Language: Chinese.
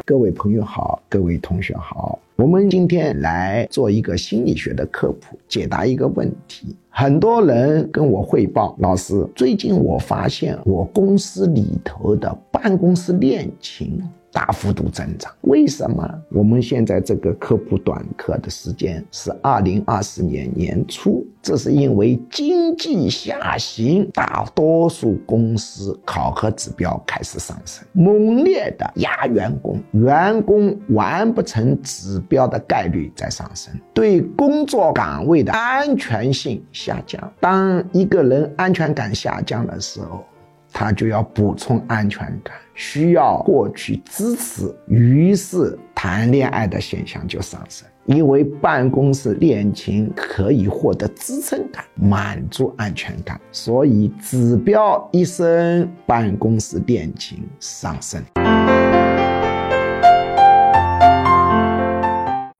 各位朋友好，各位同学好，我们今天来做一个心理学的科普，解答一个问题。很多人跟我汇报，老师，最近我发现我公司里头的办公室恋情大幅度增长，为什么？我们现在这个科普短课的时间是2024年年初，这是因为经济下行，大多数公司考核指标开始上升，猛烈的压员工，员工完不成指标的概率在上升，对工作岗位的安全性下降。当一个人安全感下降的时候，他就要补充安全感，需要获取支持，于是谈恋爱的现象就上升。因为办公室恋情可以获得支撑感，满足安全感，所以指标一升，办公室恋情上升。